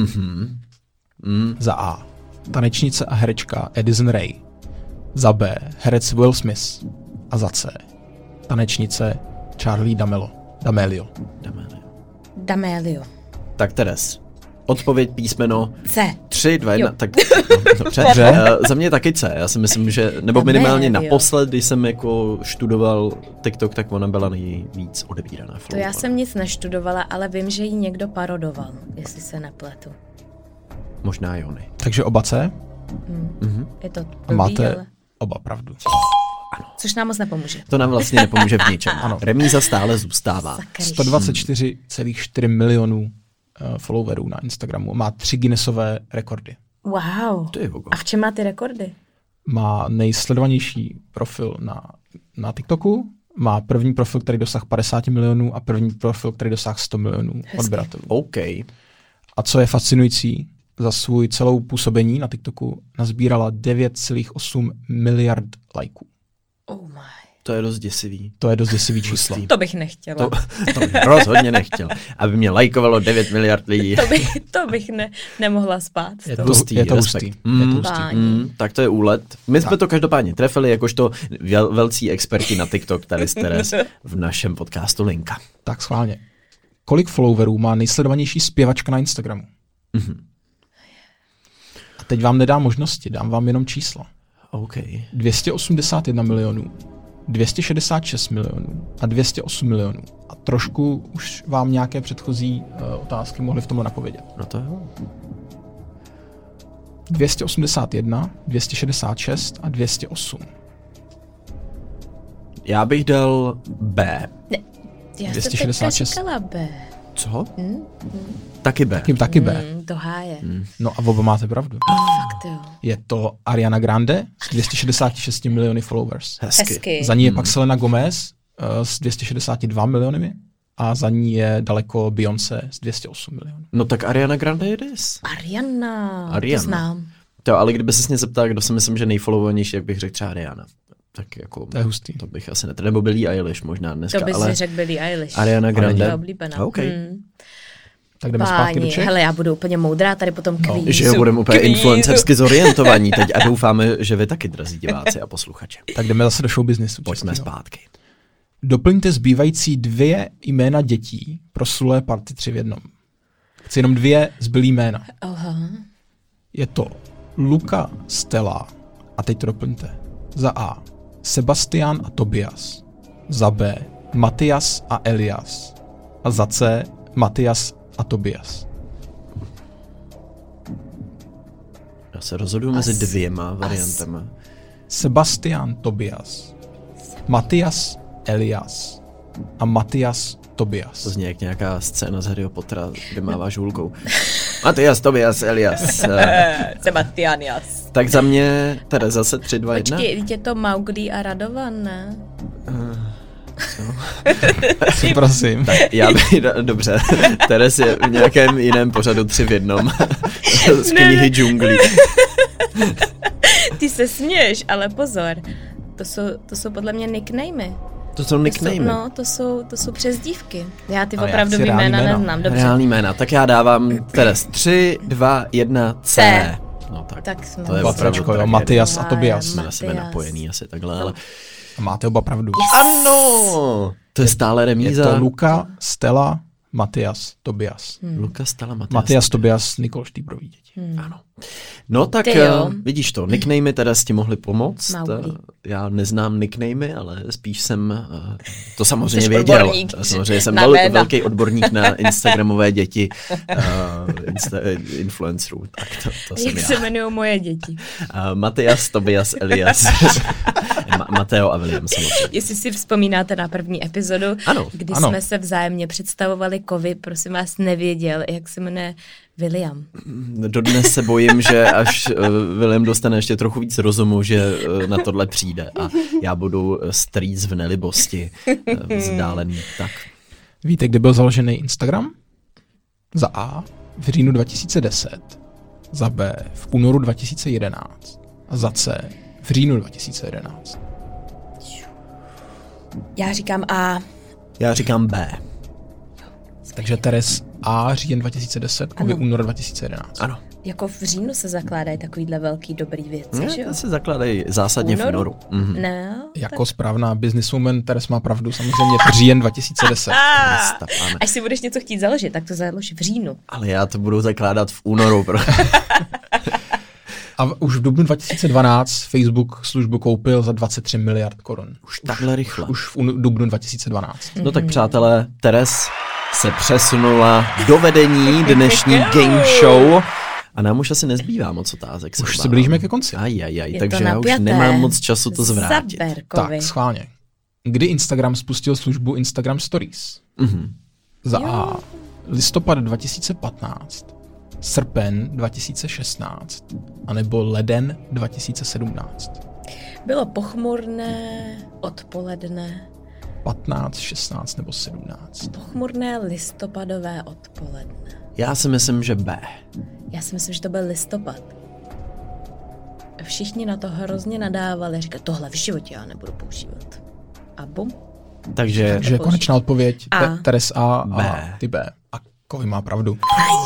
Za A. Tanečnice a herečka Addison Rae. Za B. Herec Will Smith. A za C. Tanečnice Charli D'Amelio. D'Amelio. Tak Teres, odpověď písmeno C. 3, 2, 1, tak dobře. Za mě taky C. Já si myslím, že, nebo minimálně naposled, když jsem jako študoval TikTok, tak ona byla nejvíc odebíraná. To já jsem nic neštudovala, ale vím, že ji někdo parodoval, jestli se nepletu. Možná jo, ne. Takže oba C? Je to a máte oba pravdu. Ano. Což nám moc nepomůže. To nám vlastně nepomůže v ničem. Ano. Remíza stále zůstává. 124,4 milionů followerů na Instagramu. Má 3 Guinnessové rekordy. Wow. A v čem má ty rekordy? Má nejsledovanější profil na TikToku, má první profil, který dosah 50 milionů a první profil, který dosah 100 milionů odběratelů. OK. A co je fascinující, za svůj celou působení na TikToku nazbírala 9,8 miliard lajků. Oh my. To je dost děsivý. To je dost děsivý číslo. To bych nechtěla. To bych rozhodně nechtěl. Aby mě lajkovalo 9 miliard lidí. To bych nemohla spát. Je to hustý. Tak to je úlet. My jsme to každopádně trefili jakožto velcí experti na TikTok tady z Teres v našem podcastu Linka. Tak schválně. Kolik followerů má nejsledovanější zpěvačka na Instagramu? A teď vám nedám možnosti, dám vám jenom čísla. OK. 281 milionů, 266 milionů a 208 milionů. A trošku už vám nějaké předchozí otázky mohly v tomhle napovědět. No to jo. 281, 266 a 208. Já bych dal B. Ne, já 266. jsem říkala B. Co? Taky B. Taky B. Do háje. No a oba máte pravdu. Fakt jo. Je to Ariana Grande s 266 miliony followers. Hezky. Za ní je pak Selena Gomez s 262 miliony a za ní je daleko Beyoncé s 208 milionů. No tak Ariana Grande je des. Ariana. To znám. To, ale kdyby ses mě zeptal, kdo si myslím, že nejfollowovanější, jak bych řekl třeba Ariana. Tak jako, to je hustý. To bych asi netřeba. Nebo Billie Eilish možná dneska. To bys ale řekl Billie Eilish. Ariana Grande. Je oblíbená. Okay. Tak jdeme zpátky do Čech. Hele, já budu úplně moudrá tady potom kvízu. Že jo, budeme úplně influencersky zorientovaní teď a doufáme, že vy taky, drazí diváci a posluchači. Tak jdeme zase do showbiznesu. Pojďme zpátky. Doplňte zbývající 2 jména dětí proslulé Party 3 v jednom. Chci jenom 2 zbylý jména. Aha. Je to Luka, Stella a teď to doplňte. Za A. Sebastian a Tobias. Za B. Matias a Elias. A za C. Matias a Tobias. Já se rozhoduji mezi 2 variantami. Sebastian Tobias. Matias Elias. A Matias Tobias. To zní jak nějaká scéna z Harryho Pottera, kde máváš hůlkou. Matias, Tobias, Elias. Sebastianias. Tak za mě teda zase 3, 2, 1. Počkej, je to Mowgli a Radovan, ne? Prosím. Tak já bych, dobře, Teres je v nějakém jiném pořadu 3 v jednom. Z knihy džunglí. Ty se směješ, ale pozor. To jsou podle mě nicknamey. To jsou nicknamey. No, to jsou přezdívky. Já ty opravdu jména neznám. Dobře. Reální jména. Tak já dávám Teres 3, 2, 1, C. No tak jsme to je opravdu Matias a Tobias. Jsme na sebe napojený asi takhle, ale... A máte oba pravdu. Yes. Ano! To je stále remíza. Je to Luka, Stella, Matias, Tobias. Luka, Stella, Matias. Matias, Tobias, Nikol Štýbrový děti. Ano. No tak vidíš to, nicknamey teda s tím mohli pomoct. Já neznám nicknamey, ale spíš jsem to samozřejmě věděl. Samozřejmě jsem velký odborník na instagramové děti influencerů. Tak to jsem jak se jmenují moje děti? Matias, Tobias, Elias. Mateo a William samozřejmě. Jestli si vzpomínáte na první epizodu, kdy jsme se vzájemně představovali, Kovy, prosím vás, nevěděl, jak se jmenuje William. Dodnes se bojím, že až William dostane ještě trochu víc rozumu, že na tohle přijde a já budu strýc v nelibosti vzdálený. Tak. Víte, kdy byl založený Instagram? Za A v říjnu 2010, za B v únoru 2011 a za C v říjnu 2011. Já říkám A. Já říkám B. Takže Teres A říjen 2010, Kovy únor 2011. Ano. Jako v říjnu se zakládají takovýhle velký dobrý věci, že jo? To se zakládají zásadně v únoru. No, jako tak. Správná businesswoman, Teres má pravdu, samozřejmě v říjen 2010. Až si budeš něco chtít založit, tak to založ v říjnu. Ale já to budu zakládat v únoru. A už v dubnu 2012 Facebook službu koupil za 23 miliard korun. Už takhle rychle. Už v dubnu 2012. No tak přátelé, Teres se přesunula do vedení dnešní game show a nám už asi nezbývá moc otázek. Už se blížíme ke konci. Takže já už nemám moc času to zvrátit. Tak, schválně. Kdy Instagram spustil službu Instagram Stories? Za A. Listopad 2015, srpen 2016, anebo leden 2017. Bylo pochmurné odpoledne. 15, 16 nebo 17. Pochmurné listopadové odpoledne. Já si myslím, že B. Já si myslím, že to byl listopad. Všichni na to hrozně nadávali, říkali, tohle v životě já nebudu používat. A bum. Takže konečná odpověď, Teres A B. A ty B. A Kovy má pravdu.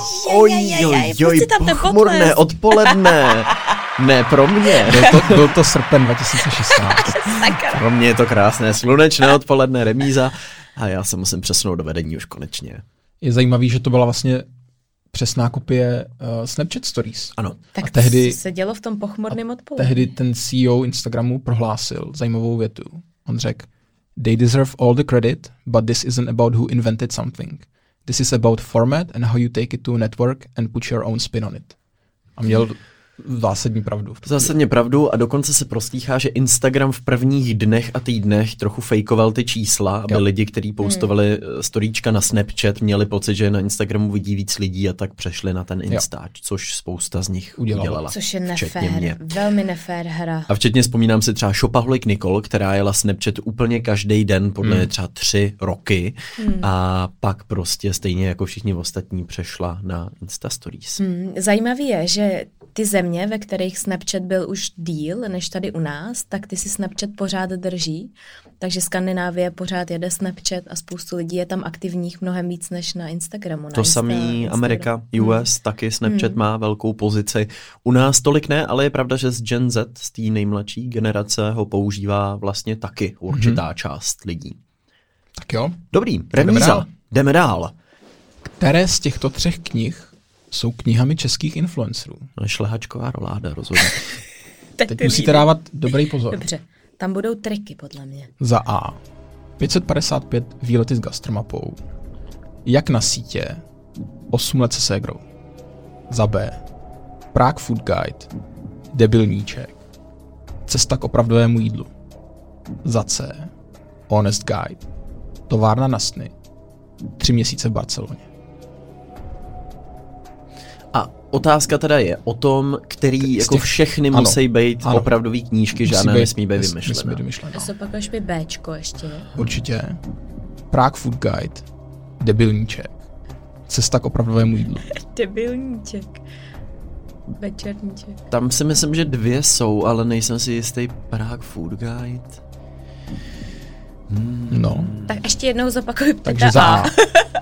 Pochmurné odpoledne. Ne, pro mě. Byl to srpen 2016. Pro mě je to krásné slunečné odpoledne, remíza a já se musím přesunout do vedení už konečně. Je zajímavý, že to byla vlastně přesná kopie Snapchat Stories. Ano. Tak a tehdy se dělo v tom pochmurném odpoledne. Tehdy ten CEO Instagramu prohlásil zajímavou větu. On řekl, they deserve all the credit, but this isn't about who invented something. This is about format and how you take it to a network and put your own spin on it. A měl zásadní pravdu. Zásadně pravdu a dokonce se proslýchá, že Instagram v prvních dnech a týdnech trochu fejkoval ty čísla, aby lidi, kteří postovali storíčka na Snapchat, měli pocit, že na Instagramu vidí víc lidí a tak přešli na ten Instač, což spousta z nich udělala. Což je nefér, velmi nefér hra. A včetně vzpomínám si třeba Shopaholic Nicole, která jela Snapchat úplně každý den, podle třeba 3 roky a pak prostě stejně jako všichni ostatní přešla na Insta Stories. Zajímavý je, že ty země, ve kterých Snapchat byl už díl než tady u nás, tak ty si Snapchat pořád drží. Takže Skandinávie pořád jede Snapchat a spoustu lidí je tam aktivních mnohem víc než na Instagramu. To samý Amerika, US, taky Snapchat má velkou pozici. U nás tolik ne, ale je pravda, že z Gen Z, z té nejmladší generace, ho používá vlastně taky určitá část lidí. Tak jo. Dobrý, remíza. Jdeme dál. Které z těchto 3 knih jsou knihami českých influencerů? Šlehačková roláda, rozhodně. Teď musíte dávat dobrý pozor. Dobře, tam budou triky, podle mě. Za A. 555 výlety s gastromapou. Jak na sítě. 8 let se ségrou. Za B. Prague Food Guide. Debilníček. Cesta k opravdovému jídlu. Za C. Honest Guide. Továrna na sny. 3 měsíce v Barceloně. A otázka teda je o tom, který jako všechny musí být opravdový knížky, žádná nesmí být vymyšlená. To se pak až by Bčko ještě. Určitě. Prague Food Guide. Debilníček. Cesta k opravdovému jídlu. Debilníček. Večerníček. Tam si myslím, že 2 jsou, ale nejsem si jistý. Prague Food Guide. No. Tak ještě jednou zopakuj. Takže za A.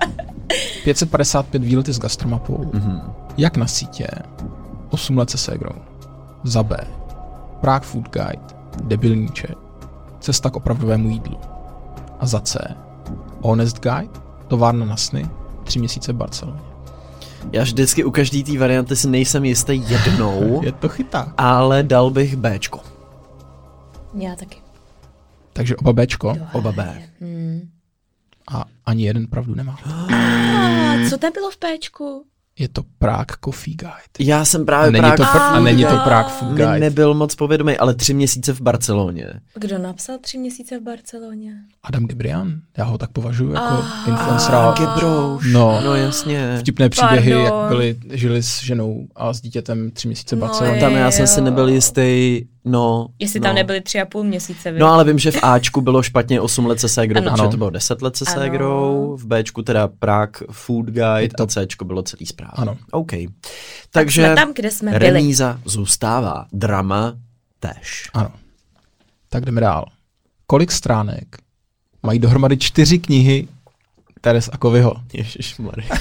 555 výlety s gastromapou. Jak na sítě. 8 let se ségrou. Za B. Prague Food Guide. Debilníček. Cesta k opravdovému jídlu. A za C. Honest Guide. Továrna na sny. 3 měsíce v Barceloně. Já vždycky u každý té varianty si nejsem jistý jednou, Je to chytá. ale dal bych Bčko. Já taky. Takže oba Bčko Oba B. a ani jeden pravdu nemá. Co tam bylo v Péčku? Je to Prague Coffee Guide. Já jsem právě A není to Prague Food mi Guide. nebyl moc povědomý, ale 3 měsíce v Barceloně. Kdo napsal 3 měsíce v Barceloně? Adam Gebrian. Já ho tak považuji jako influencera. Gebrouš. No, jasně. vtipné příběhy, Pardon. jak žili s ženou a s dítětem 3 měsíce v No, Barceloně. Tam já jo. jsem si nebyl jistý, Jestli tam nebyli 3,5 měsíce. No ale vím, že v Ačku bylo špatně 8 let se ségrou, Ano. protože to bylo 10 let se Ano. ségrou, v Bčku teda Prague Food Guide to- a Cčko bylo celý správně. Ano. OK. Takže jsme tam, kde jsme byli. remíza zůstává, drama též. Ano. Tak jdeme dál. Kolik stránek mají dohromady 4 knihy Teres a Kovyho? Ježišmarja.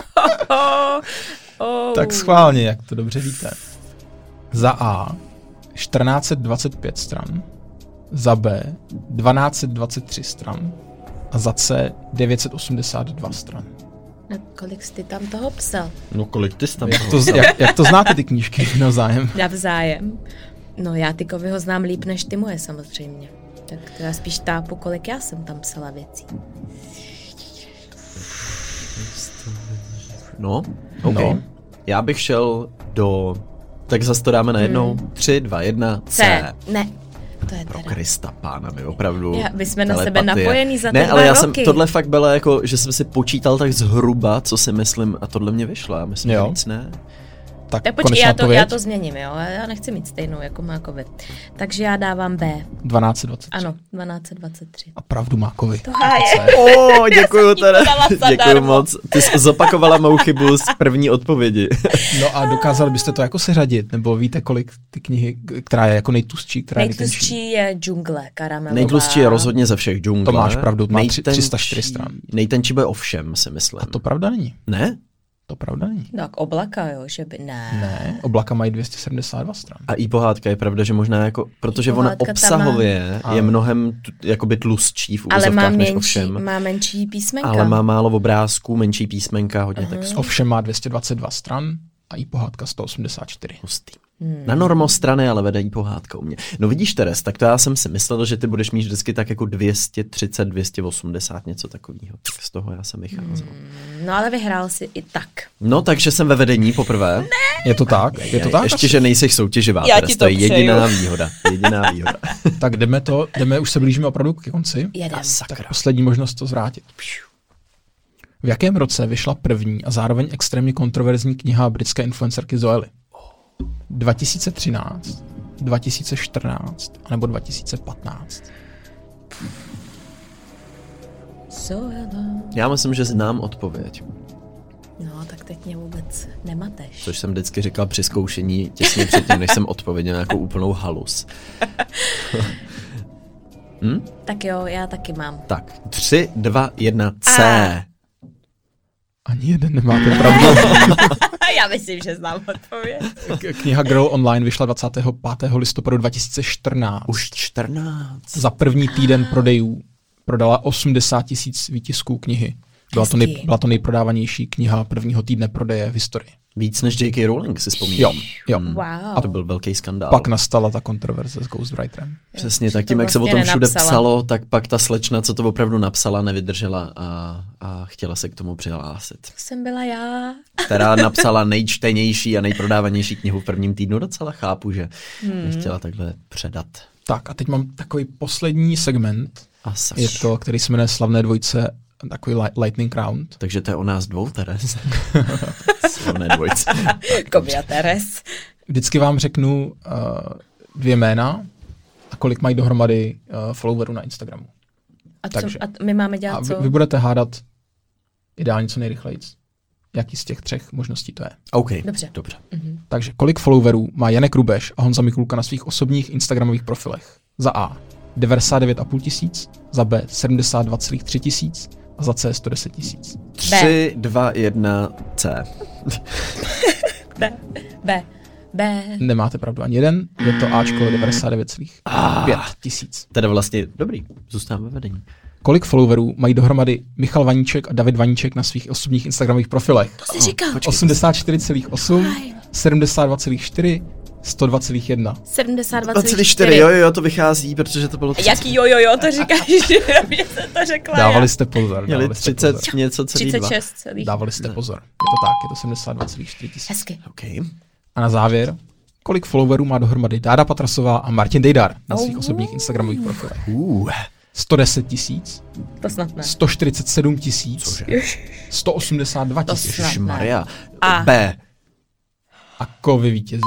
Tak schválně, jak to dobře víte. Za A 1425 stran, za B 1223 stran a za C 982 stran. No, kolik jsi ty tam toho psal? No kolik ty jsi tam Jak to znáte ty knížky navzájem? Navzájem. No já ty Kovyho znám líp než ty moje samozřejmě. Tak to já spíš tápu, kolik já jsem tam psala věcí. No, OK. No. Já bych šel do... Tak zase to dáme najednou. 3, 2, 1, C. Ne, to je Pro teda. Krista pána, my opravdu. My jsme na sebe telepatie. napojení za ty Ne, 2 ale já roky. jsem, tohle fakt bylo jako, že jsem si počítal tak zhruba, co si myslím, a tohle mě vyšlo. Já myslím, Jo. že víc ne. Tak Tak počkej, konečná já odpověď? to změním, jo. Já nechci mít stejnou jako má Kovy. Takže já dávám B. 1223. Ano, 1223. A pravdu má Kovy. To háje. Děkuju teda. dala zadarmo. Děkuju moc. Ty jsi zopakovala mou chybu z první odpovědi. No a dokázali byste to jako seřadit? Nebo víte, kolik ty knihy, která je jako nejtlustší, která je nejtenčí? Nejtlustší je džungle, karamelová. Nejtlustší je rozhodně ze všech džungle. To máš pravdu, má Nejtenčí- 304 stran. Nejtenčí bude ovšem, si myslím. A to pravda není. Ne? To pravda není. Tak oblaka, jo, že by ne. Ne, Oblaka mají 272 stran. A i pohádka je pravda, že možná jako, protože ona pohádka tam obsahově má- je mnohem jakoby tlustší v Ale úvozovkách než ovšem. má menší písmenka. Ale má málo obrázků, menší písmenka, hodně textu. Ovšem má 222 stran a i pohádka 184. Hustý. Na normostrany ale vede jí pohádka u mě. No vidíš, Teres, tak to já jsem si myslel, že ty budeš mít vždycky tak jako 230, 280, něco takového. Tak z toho já jsem vycházel. No ale vyhrál si i tak. No, takže jsem ve vedení poprvé. Ne. Je to tak? Je to tak? Ještě, že nejseš soutěživá, Já Teres, ti to je to přeju. jediná výhoda. Jediná výhoda. Tak jdeme, už se blížíme opravdu ke konci. Jedem. Tak poslední možnost to zvrátit. V jakém roce vyšla první a zároveň extrémně kontroverzní kniha britské influencerky Zoely? 2013, 2014 nebo 2015? Zoela. Já myslím, že znám odpověď. No, tak teď mě vůbec nemateš. Což jsem vždycky říkal při zkoušení těsně předtím, než jsem odpověděl nějakou úplnou halus. Tak jo, já taky mám. Tak, 3, 2, 1, C. Ani jeden nemáte pravdu. Já myslím, že znám odpověď. Kniha Girl Online vyšla 25. listopadu 2014. Už 14. Za první týden prodejů prodala 80 000 výtisků knihy. Byla to nejprodávanější kniha prvního týdne prodeje v historii. Víc než J.K. Rowling, si vzpomínám. Jo. Wow. A to byl velký skandál. Pak nastala ta kontroverze s Ghostwriterem. Přesně, že tak to tím, jak se o vlastně tom všude nenapsala. psalo, tak pak ta slečna, co to opravdu napsala, nevydržela a chtěla se k tomu přihlásit. To jsem byla já. Která napsala nejčtenější a nejprodávanější knihu v prvním týdnu, docela chápu, že nechtěla takhle předat. Tak a teď mám takový poslední segment, A saš. je to, který se jmenuje Slavné dvojce, takový lightning round. Takže to je o nás dvou, Teres. Slavné dvojce. Koby a Teres. Vždycky vám řeknu 2 jména a kolik mají dohromady followerů na Instagramu. Takže. A my máme A dělat co? vy budete hádat ideálně co nejrychleji, jaký z těch 3 možností to je. OK, Dobře. dobře. Takže kolik followerů má Janek Rubeš a Honza Mikulka na svých osobních instagramových profilech? Za A 99,5 tisíc, za B 72,3 tisíc a za C 110 tisíc. 3, 2, 1, C. B. Nemáte pravdu ani jeden, je to Ačko 99,5 tisíc. Teda vlastně dobrý, zůstávám ve vedení. Kolik followerů mají dohromady Michal Vaníček a David Vaníček na svých osobních Instagramových profilech? To jsi říkal. 84,8, 72,4, 102,1. 72,4. Jo, to vychází, protože to bylo 30. Jaký jo, to říkáš, že mě se to řekla. Dávali jste pozor. Měli 30 něco celý 36 2. Dávali jste pozor. Je to tak, je to 72,4 tisíc. Hezky. Okay. A na závěr, kolik followerů má dohromady Dáda Patrasová a Martin Dejdar na svých osobních Instagramových profilech? 110 tisíc, To snad ne. 147 tisíc, 182 tisíc. Ježišmarja. A. B. A kovy vítězí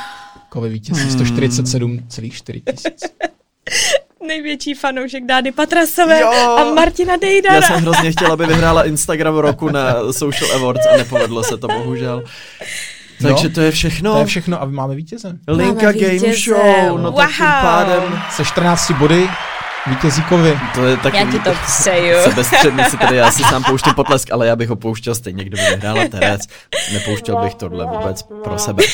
147,4 tisíc. Největší fanoušek Dády Patrasové Jo. a Martina Dejdara. Já jsem hrozně chtěl, aby vyhrála Instagram roku na Social Awards a nepovedlo se to bohužel. Takže to je všechno. To je všechno a máme vítěze. Linka Game Show, no tak tím pádem. Se 14 body vítězí kovy. To je takový Já ti to přeju. sebestředný si tady, já si sám pouštím potlesk, ale já bych ho pouštěl stejně, kdyby vyhrála Terec. Nepouštěl bych tohle vůbec pro sebe.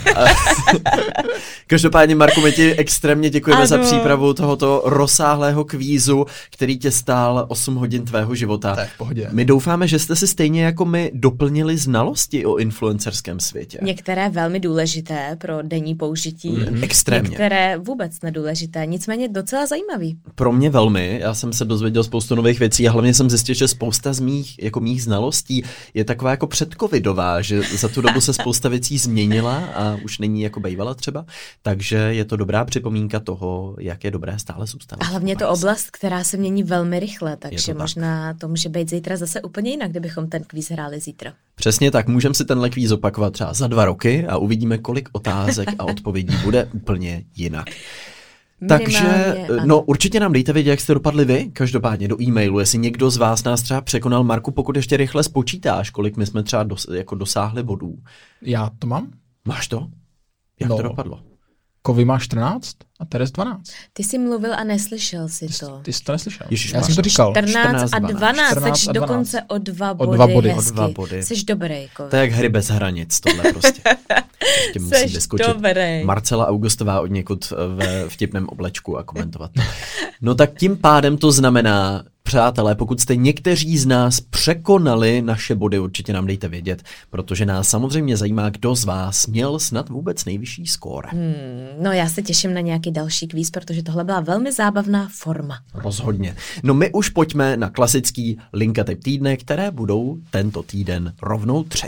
Každopádně, Marku, my ti extrémně děkujeme za přípravu tohoto rozsáhlého kvízu, který tě stál 8 hodin tvého života. To je v pohodě. My doufáme, že jste si stejně jako my doplnili znalosti o influencerském světě. Některé velmi důležité pro denní použití. Extrémně. Některé vůbec nedůležité, nicméně docela zajímavý. Pro mě velmi, já jsem se dozvěděl spoustu nových věcí a hlavně jsem zjistil, že spousta z mých znalostí je taková jako předcovidová, že za tu dobu se spousta věcí změnila a už není jako bejvala třeba, takže je to dobrá připomínka toho, jak je dobré stále zůstat. A hlavně je to oblast, která se mění velmi rychle, takže možná to může být zítra zase úplně jinak, kdybychom ten kvíz hráli zítra. Přesně tak, můžeme si tenhle kvíz opakovat třeba za 2 roky a uvidíme, kolik otázek a odpovědí bude úplně jinak. Takže, no určitě nám dejte vědět, jak jste dopadli vy, každopádně do e-mailu, jestli někdo z vás nás třeba překonal. Marku, pokud ještě rychle spočítáš, kolik my jsme třeba dosáhli bodů. Já to mám? Máš to? Jak to dopadlo? Kovy má 14 a Teres 12. Ty jsi mluvil a neslyšel si to. Ty jsi to neslyšel. Ježiš, já jsem to říkal. 14 a 12, 14 takže a 12. dokonce o 2 body. O 2 body. Jsi dobrý, Kovy. To je jak hry bez hranic, tohle prostě. Ještě musí vyskočit dobrý. Marcela Augustová od někud ve vtipném oblečku a komentovat. No tak tím pádem to znamená, přátelé, pokud jste někteří z nás překonali naše body, určitě nám dejte vědět, protože nás samozřejmě zajímá, kdo z vás měl snad vůbec nejvyšší skóre. No já se těším na nějaký další kvíz, protože tohle byla velmi zábavná forma. Rozhodně. No my už pojďme na klasický Linka Tip týdne, které budou tento týden rovnou 3.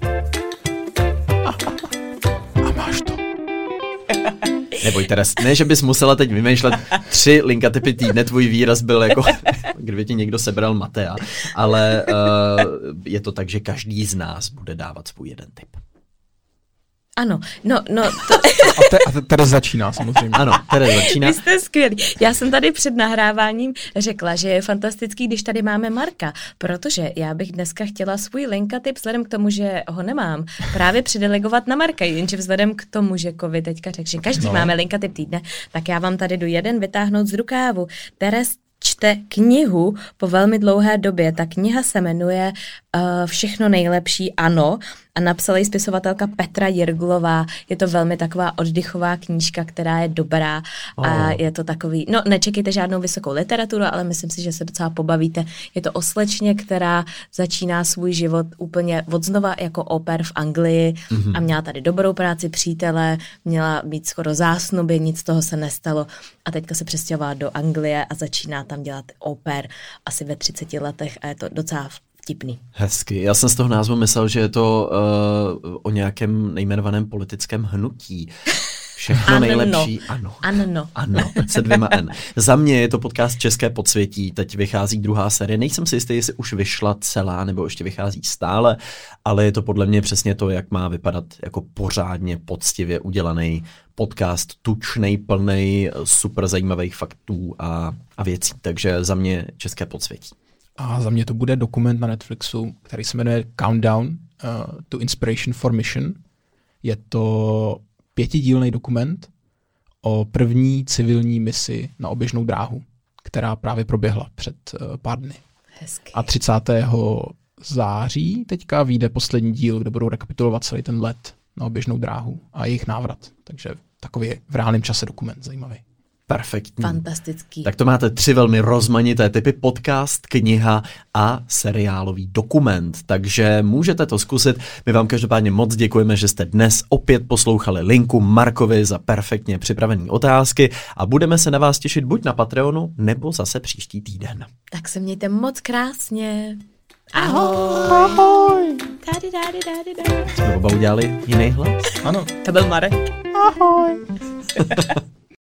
A máš to. Neboj, Teres, ne, že bys musela teď vymýšlet 3 Linka Tipy týdne, tvůj výraz byl jako, kdyby ti někdo sebral Matea, ale je to tak, že každý z nás bude dávat svůj jeden tip. Ano, no. A Teres začíná samozřejmě. Ano, Teres začíná. Vy jste skvělí. Já jsem tady před nahráváním řekla, že je fantastický, když tady máme Marka, protože já bych dneska chtěla svůj Linka tip, vzhledem k tomu, že ho nemám, právě předelegovat na Marka, jenže vzhledem k tomu, že Kovy teďka řekl, že každý máme Linka tip týdne, tak já vám tady jdu jeden vytáhnout z rukávu. Teres čte knihu po velmi dlouhé době. Ta kniha se jmenuje Všechno nejlepší, ano, a napsala ji spisovatelka Petra Jirgulová. Je to velmi taková oddychová knížka, která je dobrá a je to takový, no nečekejte žádnou vysokou literaturu, ale myslím si, že se docela pobavíte. Je to o slečně, která začíná svůj život úplně odznova jako au pair v Anglii a měla tady dobrou práci, přítele, měla mít skoro zásnuby, nic z toho se nestalo a teďka se přestěhovala do Anglie a začíná tam dělat au pair asi ve 30 letech a je to docela vtipný. Hezky. Já jsem z toho názvu myslel, že je to o nějakém nejmenovaném politickém hnutí. Všechno nejlepší. Ano, se 2 N. Za mě je to podcast České podsvětí, teď vychází 2. série. Nejsem si jistý, jestli už vyšla celá, nebo ještě vychází stále, ale je to podle mě přesně to, jak má vypadat jako pořádně poctivě udělaný podcast, tučnej, plnej super zajímavých faktů a věcí. Takže za mě České podsvětí. A za mě to bude dokument na Netflixu, který se jmenuje Countdown to Inspiration for Mission. Je to 5dílný dokument o první civilní misi na oběžnou dráhu, která právě proběhla před pár dny. Hezky. A 30. září teďka vyjde poslední díl, kde budou rekapitulovat celý ten let na oběžnou dráhu a jejich návrat. Takže takový v reálném čase dokument zajímavý. Perfektní. Fantastický. Tak to máte 3 velmi rozmanité typy: podcast, kniha a seriálový dokument. Takže můžete to zkusit. My vám každopádně moc děkujeme, že jste dnes opět poslouchali Linku, Markovi za perfektně připravené otázky a budeme se na vás těšit buď na Patreonu, nebo zase příští týden. Tak se mějte moc krásně. Ahoj. Ahoj. Jsme oba udělali jiný hlas? Ano. To byl Marek. Ahoj.